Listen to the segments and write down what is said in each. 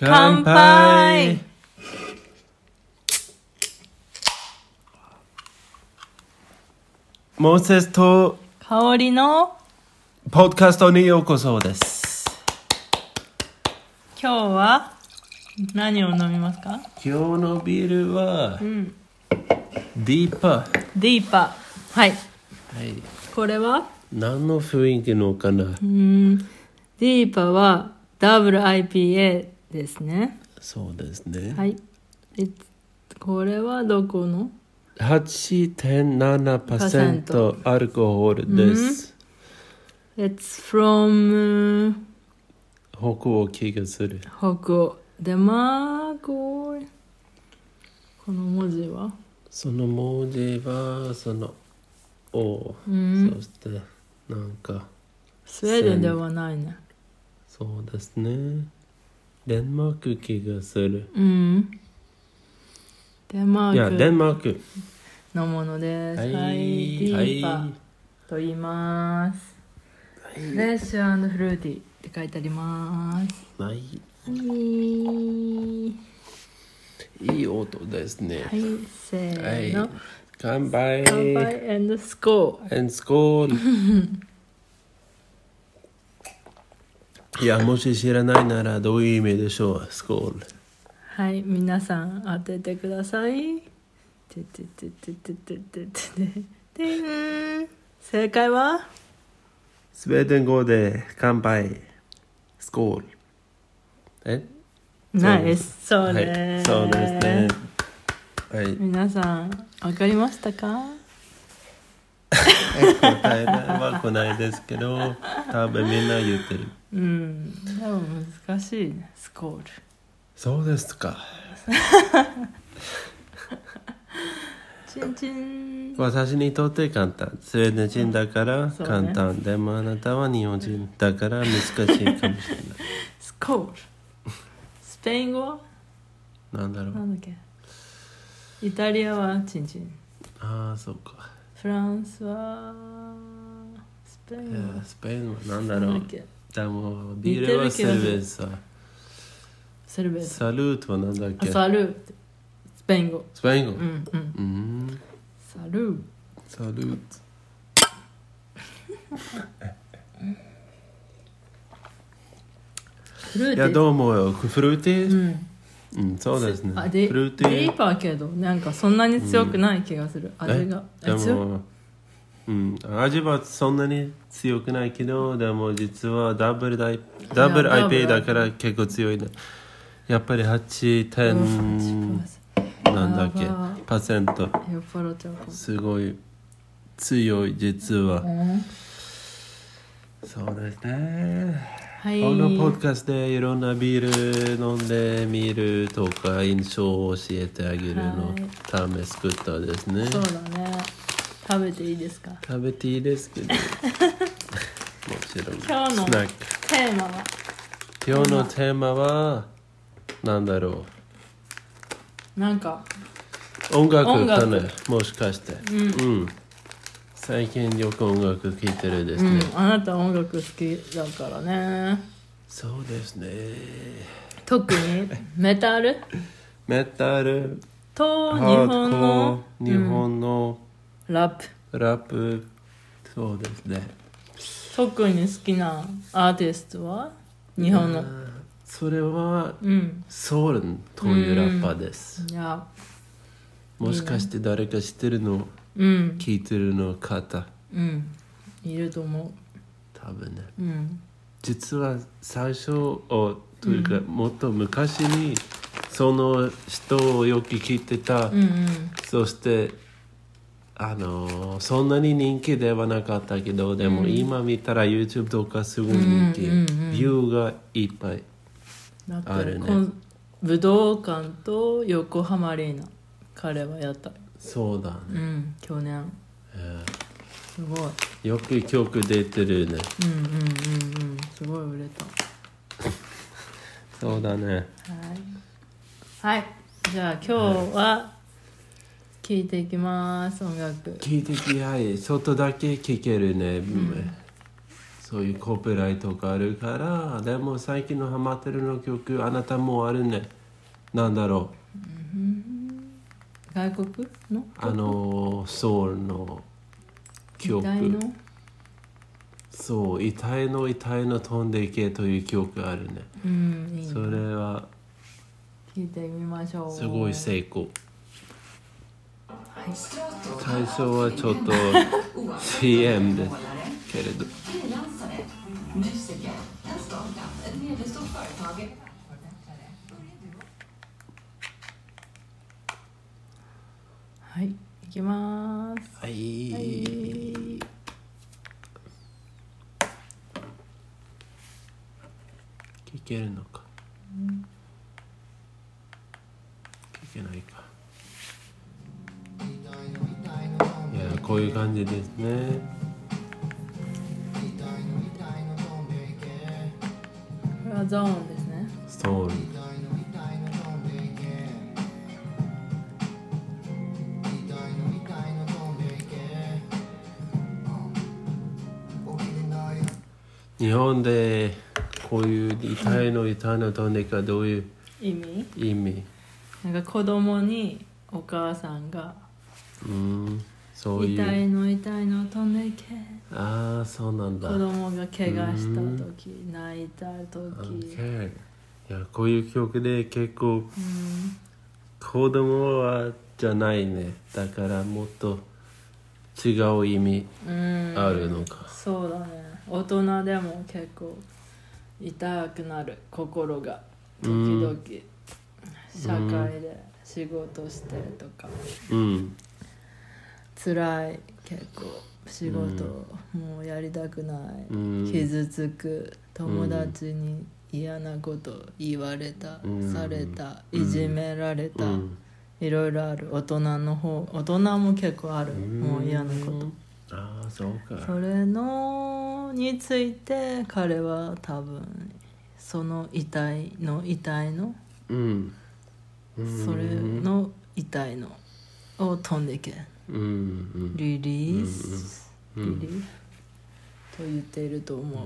乾杯。モーセスと香りのポッドキャストにようこそです。 今日は何を飲みますか？ 今日のビールは、ディーパー。 ディーパー。はい。 はい。 これは何の雰囲気のかな？ ディーパーはダブル IPA ですね。 そうですね。 はい。これはどこの？ 8.7% アルコールです。 It's from 北欧気がする。 北欧。デマーゴー。この文字は？ その文字はそのO、そしてなんかスウェーデンではないね。 そうですね。デンマーク気がする。 デンマーク。 いや、デンマークのものです。 はい、 ディーパーと言います。フレッシュ&フルーティーって書いてあります。 はい。いい音ですね。 はい、せーの。 乾杯。 乾杯&スコー。 スコール。いや、もし知らないならどういう意味でしょう、スコール。 はい、皆さん当ててください。正解はスウェーデン語で乾杯、スコール。 ナイス、そうね。 ね、 そうですね。はい。 皆さんわかりましたか？ 答えは来ないですけど、多分みんな言ってる。 でも難しいね、スコール。 そうですか。 チンチン。 私にとって簡単。スウェーデン人だから簡単。でもあなたは日本人だから難しいかもしれない。 スコール。スペイン語はなんだろう。 なんだっけ？イタリアはチンチン。 ああ、そうか。 フランスはスペインはスペインはなんだろう。 なんだっけ？ でもビールはセルベッサ。 セルベッサ。 サルートはなんだっけ？ サルート。スペイン語。 スペイン語。 サルー。 サルート。 フルーティー。 いや、どう思うよ。フルーティー？そうですね。フルーティー。 ディーパーけどなんかそんなに強くない気がする。味が。 でも味はそんなに強くないけど、でも実はダブル IPA だから結構強いね。やっぱり 8. なんだっけパーセント。すごい強い実は。そうですね。 はい、 このポッドキャストでいろんなビール飲んでみるとか印象を教えてあげるのため作ったですね。 そうだね。食べていいですか？ 食べていいですけどもちろん今日のテーマは今日のテーマは何だろう？なんか音楽かね、もしかして、最近よく音楽聴いてるですね、 あなた音楽好きだからね。 そうですね。 特にメタルと日本のラップ。 そうですね。 特に好きなアーティストは日本のそれは、ソールンというラッパーです。 いやもしかして誰か知ってるの、聞いてるの方、 いると思う。 多分ね、実は最初というか、もっと昔にその人をよく聞いてた、そしてそんなに人気ではなかったけど、でも今見たら YouTube とかすごい人気、ビューがいっぱいあるね。 武道館と横浜アリーナ彼はやった。 そうだね、 去年、すごいよく曲出てるね。 すごい売れた。 そうだね。 はい、じゃあ今日は聴いていきます。音楽聴いてき、はい、ちょっとだけ聴けるね、 そういうコピーライトがあるから。でも最近のハマってるの曲あなたもあるね。なんだろ外国のう、ソウルの曲。 遺体のそう、遺体の飛んでいけという曲があるね。 いいね。 それは聞いてみましょう。 すごい成功。 はい。 最初はちょっと CM ですけれど。 はい、いきます。 はい。 聞けるのか、聞けないか。いや、こういう感じですね。 これはゾーンですね。 ソウル。日本でこういう遺体の飛んでいくはどういう意味？ 意味？ なんか子供にお母さんがそういう遺体の飛んでいけ。 ああ、そうなんだ。 子供が怪我した時、泣いた時。 Okay。いや、こういう曲で結構子供はじゃないね。だからもっと違う意味あるのか。 そうだね。大人でも結構痛くなる心が時々社会で仕事してとか、辛い、結構仕事もうやりたくない、傷つく、友達に嫌なこと言われた、された、いじめられた、いろいろある。大人も結構ある、もう嫌なこと。 ああ、そうか。 それのについて彼は多分その遺体の、それの遺体のを飛んでいけ、リリースと言っていると思う。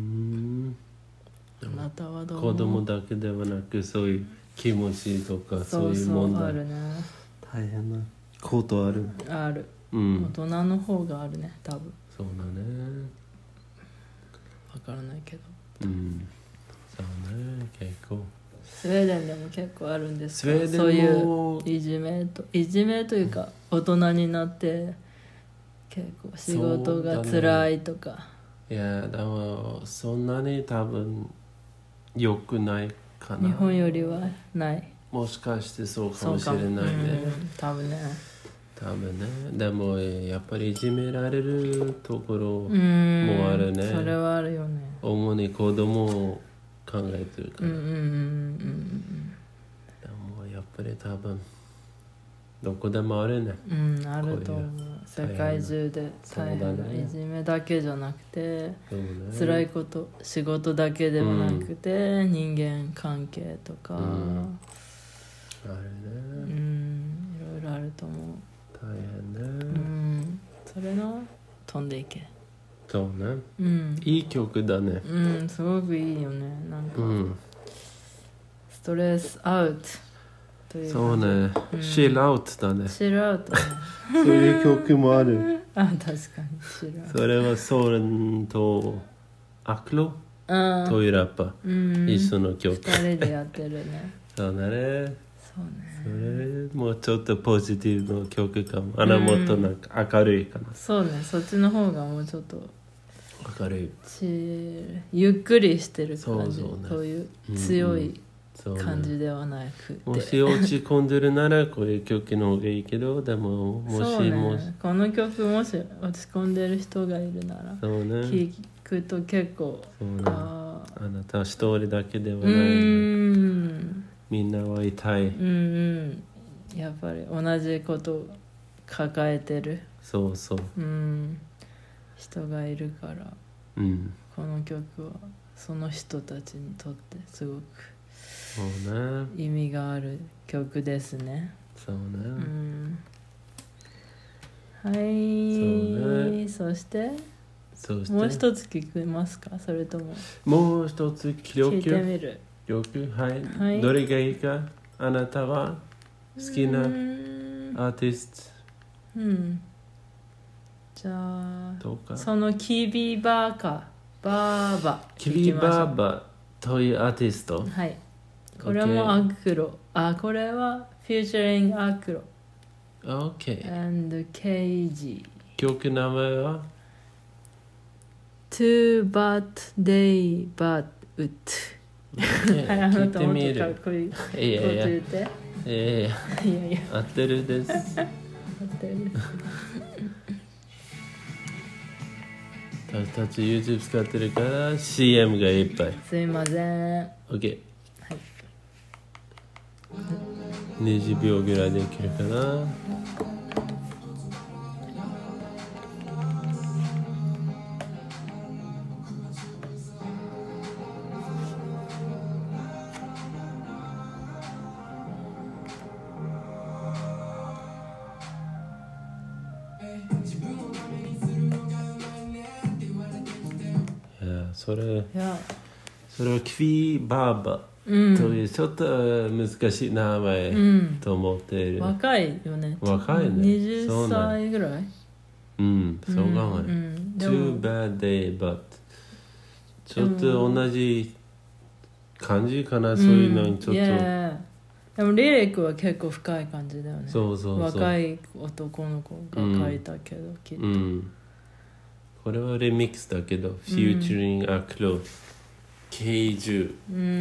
あなたはどう思う？ 子供だけではなく、そういう気持ちとかそういう問題あるね。 大変なことある。 大人の方があるね、多分。 そうだね。 わからないけど。 そうね、結構。 スウェーデンでも結構あるんですか？ スウェーデンもそういういじめというか、大人になって結構仕事が辛いとか。 いや、でもそんなに多分良くないかな。 日本よりはない。 もしかしてそうかもしれないね。 多分ね。 でもやっぱりいじめられるところもあるね。 それはあるよね。 主に子供を考えてるから。でもやっぱり多分どこでもあるね。 あると思う。世界中で大変な、いじめだけじゃなくて、辛いこと、仕事だけでもなくて、人間関係とか、 あるね。 いろいろあると思う。 大変ね。 それの飛んでいけ。 そうね。いい曲だね。 すごくいいよね。なんか、ストレスアウトという。 そうね。シルアウトだね。 シルアウトね。 そういう曲もある。 確かにシルアウト。 それはソーレンとアクロというラッパー一緒の曲。 2人でやってるね。 そうだね。 そうね。 それもうちょっとポジティブの曲かも。もっとなんか明るいかな。 そうね。そっちの方がもうちょっと明るい。 ゆっくりしてる感じ。 そうね。 そういう強い感じではなくて。 もし落ち込んでるならこういう曲の方がいいけど、でももしこの曲もし落ち込んでる人がいるなら、聴くと結構、 あなた一人だけではない。みんなは痛い。 やっぱり同じことを抱えてる人がいるから、この曲はその人たちにとってすごく意味がある曲ですね。 そうね。 はい。そしてそしてもう一つ聞きますか、それとももう一つ記録聞いてみる。 はい、 はいどれがいいかあなたは好きなアーティスじゃあトとかそのキビバーかバーバキビバーバというアーティスト。 はい、これもアクロ、これはフューチャリングアクロ OK and KG 曲名前は To but they but it はい、あな聞いたもってみる。 とかっこいいこといやいや言っていやいや合ってるです。 合ってる私たち YouTube 使ってるから CM がいっぱい。 すいません。 OK はい 20秒ぐらいできるかな。いやそれいやはキビバーバというちょっと難しい名前と思っている。 若いよね。 若いね。 20歳ぐらい。 そうかもね。Too bad day but ちょっと同じ感じかな、そういうのにちょっと。 でもリリックは結構深い感じだよね。 そう若い男の子が書いたけど、きっと。 これはリミックスだけど、フューチャリングアクロK10。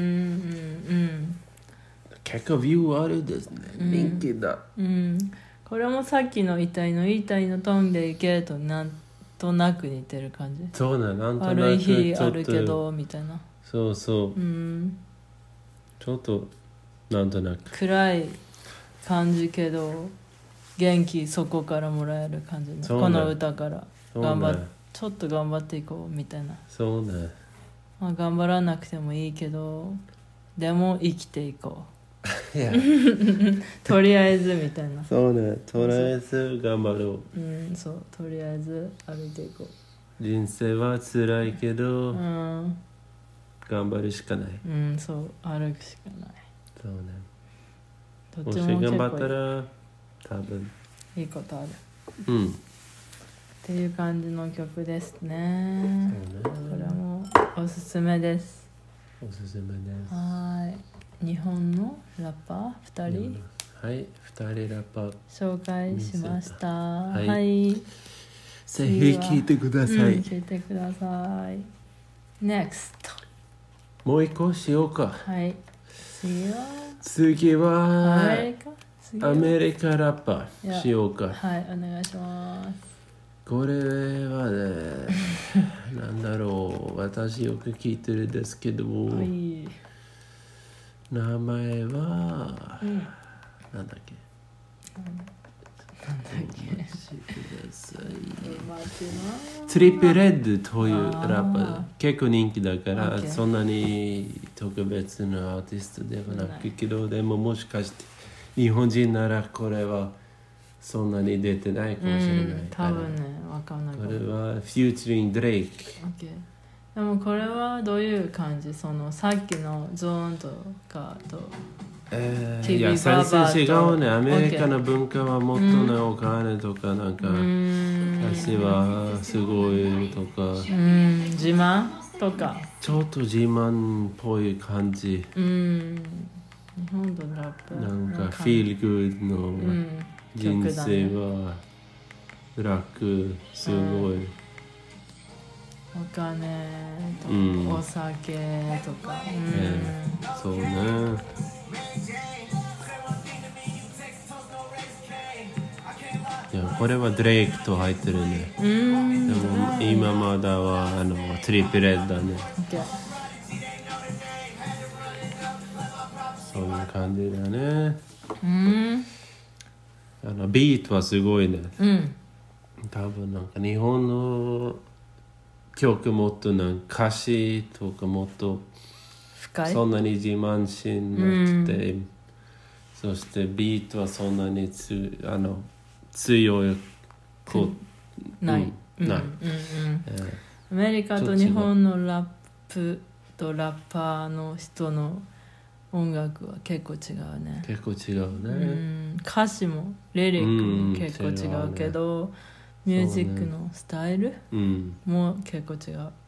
結構ビューあるですね。人気だ。 これもさっきの言いたいのトーンでいけるとなんとなく似てる感じ。 そうね、なんとなく悪い日あるけどみたいな。 そうそう。ちょっとなんとなく暗い感じけど元気そこからもらえる感じの、この歌からちょっと頑張っていこうみたいな。 そうね。 まあ頑張らなくてもいいけどでも生きていこうとりあえずみたいな。 そうね、とりあえず頑張ろう。そうとりあえず歩いていこう。 人生は辛いけど、頑張るしかない。 そう歩くしかない。 そうね。 どっちももし頑張ったら多分いいことある。っていう感じの曲ですね。これもおすすめです。 おすすめです。 はい。日本のラッパー2人、 はい、2人ラッパー紹介しました。 はい。 はい、 ぜひ聞いてください。 聞いてください。NEXT。 もう一個しようか。 はい。 次はアメリカラッパーしようか。 はい、お願いします。 これはね、なんだろう、私よく聞いてるんですけど、名前は、なんだっけ。トリップレッドというラッパー、結構人気だから、そんなに特別なアーティストではなくけど、でももしかして日本人ならこれはそんなに出てないかもしれない。 多分ね、わかんない。 これはフューチャリングドレイク。 でもこれはどういう感じ？そのさっきのゾーンとかと。 いや、全然違うね。アメリカの文化はもっとね、お金とかなんか、私はすごいとか、 自慢とか。 ちょっと自慢っぽい感じ。 日本のラップなんかフィールグッドの人生は楽、すごい。 お金とか、お酒とか。 そうね。いや、これはドレイクと入ってるね。でも今まだはトリプレッドだね。そういう感じだね。ビートはすごいね。多分なんか日本の曲もっとなんか歌詞とかもっとそんなに自慢しなくて、そしてビートはそんなに強いない。 アメリカと日本のラップとラッパーの人の音楽は結構違うね。 結構違うね。 歌詞もリリックも結構違うけど、ミュージックのスタイルも結構違う。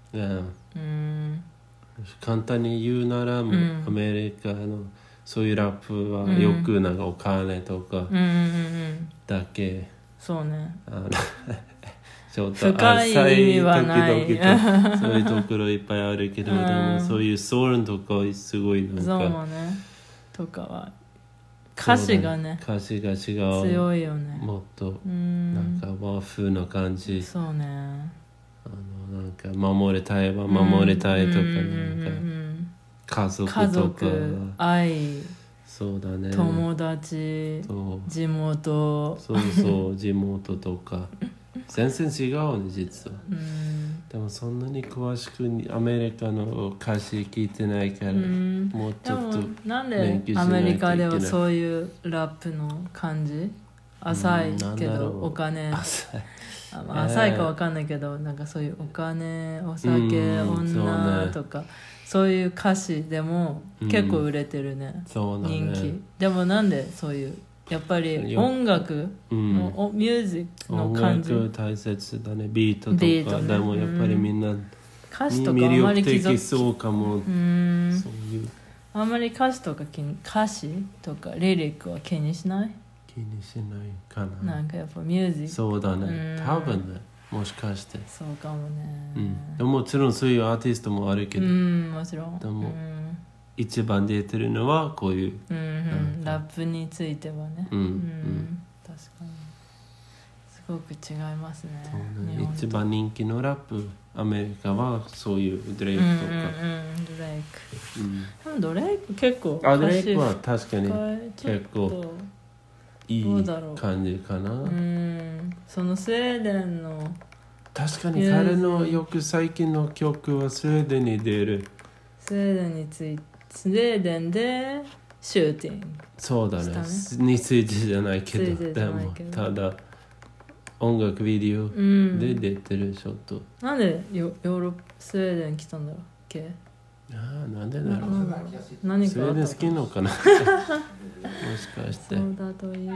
簡単に言うなら、アメリカのそういうラップはよくなんかお金とかだけ、 そうね。 ちょっと深い意味はない。 そういうところいっぱいあるけど、でもそういうソウルとかすごいなんか。 そうもね。とかは歌詞がね。 歌詞が違う。 強いよね。 もっとなんか和風な感じ。 そうね。 なんか守りたいは守りたいとか、なんか家族とか愛、 そうだね、 友達、地元、 そう地元とか全然違うね実は。でもそんなに詳しくアメリカの歌詞聞いてないから、もうちょっとなんでアメリカではそういうラップの感じ、浅いけどお金浅いか分かんないけど、なんかそういうお金、お酒、女とかそういう歌詞でも結構売れてるね、人気。でもなんでそういうやっぱり音楽のミュージックの感じ、 音楽大切だね、ビートとか。でもやっぱりみんな歌詞とかあんまり魅力的そうかも。そういうあんまり歌詞とかリリックは気にしない？ 気にしないかな。 なんかやっぱミュージック、 そうだね、多分ね、もしかしてそうかもね。 でももちろんそういうアーティストもあるけど、 もちろん。 でも一番出てるのはこういう、 ラップについてはね。確かにすごく違いますね。 一番人気のラップアメリカはそういうドレイクとか。 ドレイク。でもドレイク結構ドレイクは確かに結構いい感じかな。 そのスウェーデンの確かに彼のよく最近の曲はスウェーデンに出る。 スウェーデンでシューティング、 そうだね、についてじゃないけど、でもただ音楽ビデオで出てるちょっと。なんでヨーロッパスウェーデン来たんだろうっけ？ なんでだろう。 何かスウェーデン好きのかなもしかして。 そうだといい。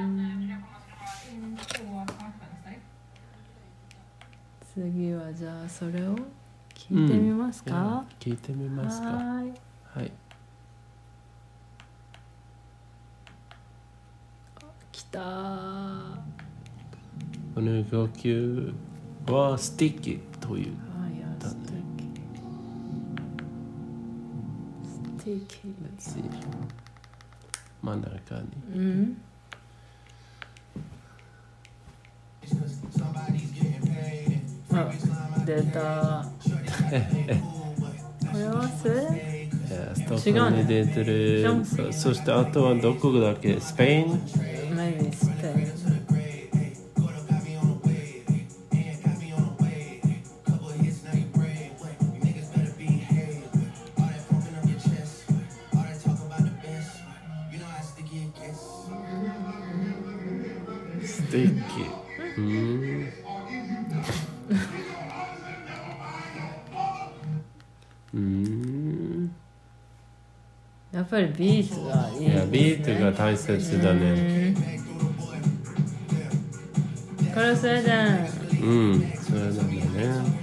次はじゃあそれを聞いてみますか？ 聞いてみますか。はい。 来たー。 この曲はスティッキという。 スティッキ。 真ん中に。 出た。これはストップに出てる。そしてあとはどこだっけ？スペイン ？Maybe スペイン。 ステッキ。 やっぱりビートがいいですね。 ビートが大切だね。 これスウェーデン。 スウェーデンだね。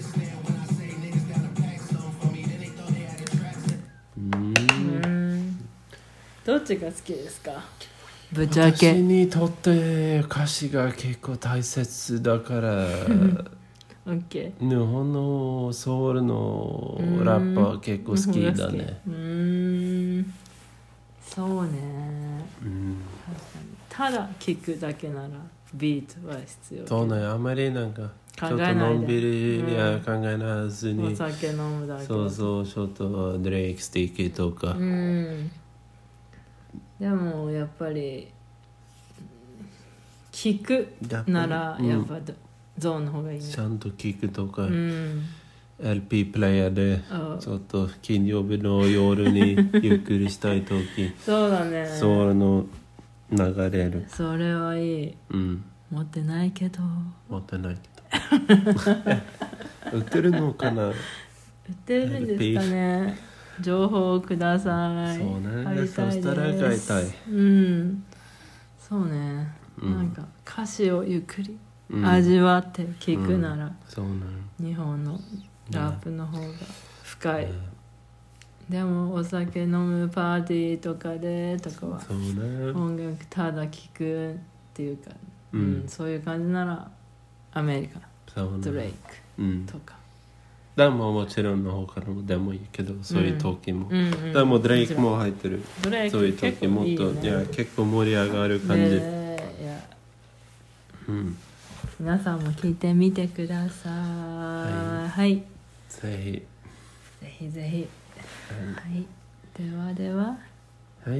どっちが好きですか？ぶっちゃけ。 私にとって歌詞が結構大切だから OK。 日本のソウルのラッパー結構好きだね。 そうね。ただ聴くだけならビートは必要。 そうね、あまりなんかちょっとのんびり考えなずに、 お酒飲むだけ。 そうそう、ちょっとドレイクスティッキとか。 でもやっぱり聴くならやっぱゾーンの方がいいね。 ちゃんと聴くとか、LP プレイヤーでちょっと金曜日の夜にゆっくりしたい時そうだね、 ソウルの流れる。 それはいい。持ってないけど。 持ってないけど売ってるのかな。 売ってるんですかね。情報をください。 そうね。 買いたいです。 そしたら買いたい。 うん。そうね。なんか歌詞をゆっくり味わって聞くなら、 そうね。 日本のラップの方が深い。でもお酒飲むパーティーとかでとかは、 そうね。 音楽ただ聴くっていうか、そういう感じならアメリカ、ドレイクとか。 でももちろんの他のでもいいけど、そういう時も。でもドレイクも入ってる。そういう時もっと、いや結構盛り上がる感じ。 皆さんも聞いてみてください。はい。 ぜひ。はい。ではでは。 はい。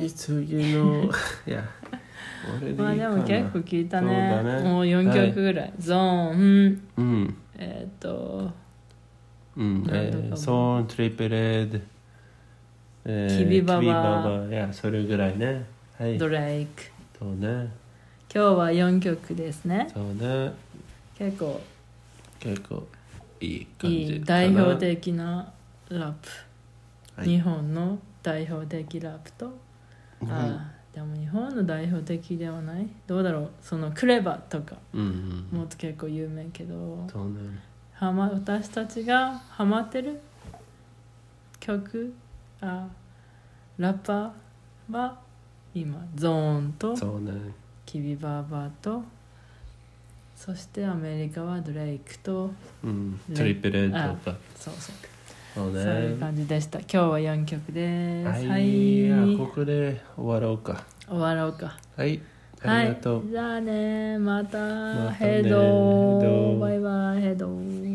次のいや。 まあでも結構聞いたね。もう4曲ぐらい。ゾーン。 ゾーン、トリプレッド、 キビババ。 いや、それぐらいね。はい。 ドレイク。 そうね。 今日は4曲ですね。 そうね。 結構いい感じ。 いい代表的なラップ。日本の代表的ラップと、でも日本の代表的ではない。どうだろう。そのクレバとか、もっと結構有名けど。 そうね。 私たちがハマってる曲、ラッパーは今ゾーンとキビバーバーと、そしてアメリカはドレイクと、 トリプレッドとか。 そういう感じでした。今日は4曲です。 はい。ここで終わろうか。はい。ありがとう。 じゃあね、またヘドバイバイヘド。